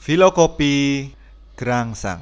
Filokopi Gerangsang.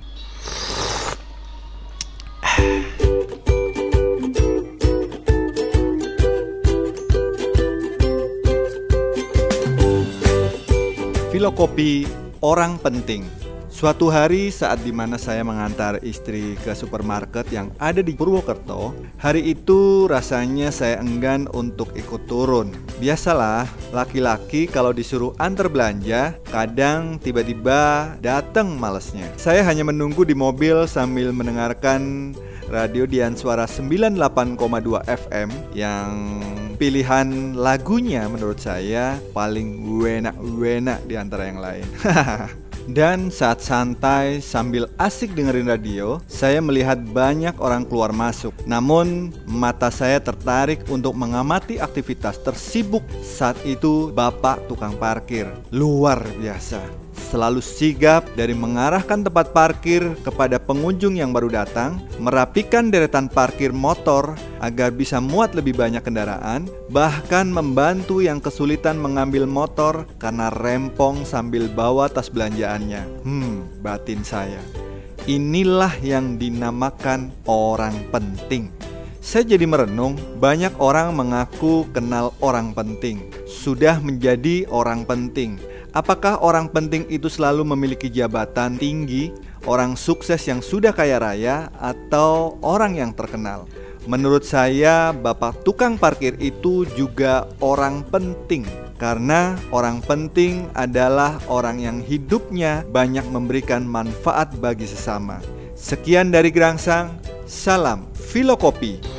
Filokopi orang penting. Suatu hari saat dimana saya mengantar istri ke supermarket yang ada di Purwokerto, hari itu rasanya saya enggan untuk ikut turun. Biasalah, laki-laki kalau disuruh antar belanja, kadang tiba-tiba datang malesnya. Saya hanya menunggu di mobil sambil mendengarkan radio Dian Suara 98,2 FM yang pilihan lagunya menurut saya paling wena-wena di antara yang lain. Dan saat santai sambil asik dengerin radio, saya melihat banyak orang keluar masuk. Namun mata saya tertarik untuk mengamati aktivitas tersibuk saat itu bapak tukang parkir. Luar biasa, selalu sigap dari mengarahkan tempat parkir kepada pengunjung yang baru datang, merapikan deretan parkir motor agar bisa muat lebih banyak kendaraan, bahkan membantu yang kesulitan mengambil motor karena rempong sambil bawa tas belanjaannya. Batin saya, inilah yang dinamakan orang penting. Saya jadi merenung, banyak orang mengaku kenal orang penting, sudah menjadi orang penting. Apakah orang penting itu selalu memiliki jabatan tinggi, orang sukses yang sudah kaya raya, atau orang yang terkenal? Menurut saya, bapak tukang parkir itu juga orang penting. Karena orang penting adalah orang yang hidupnya banyak memberikan manfaat bagi sesama. Sekian dari Gerangsang, salam Filokopi.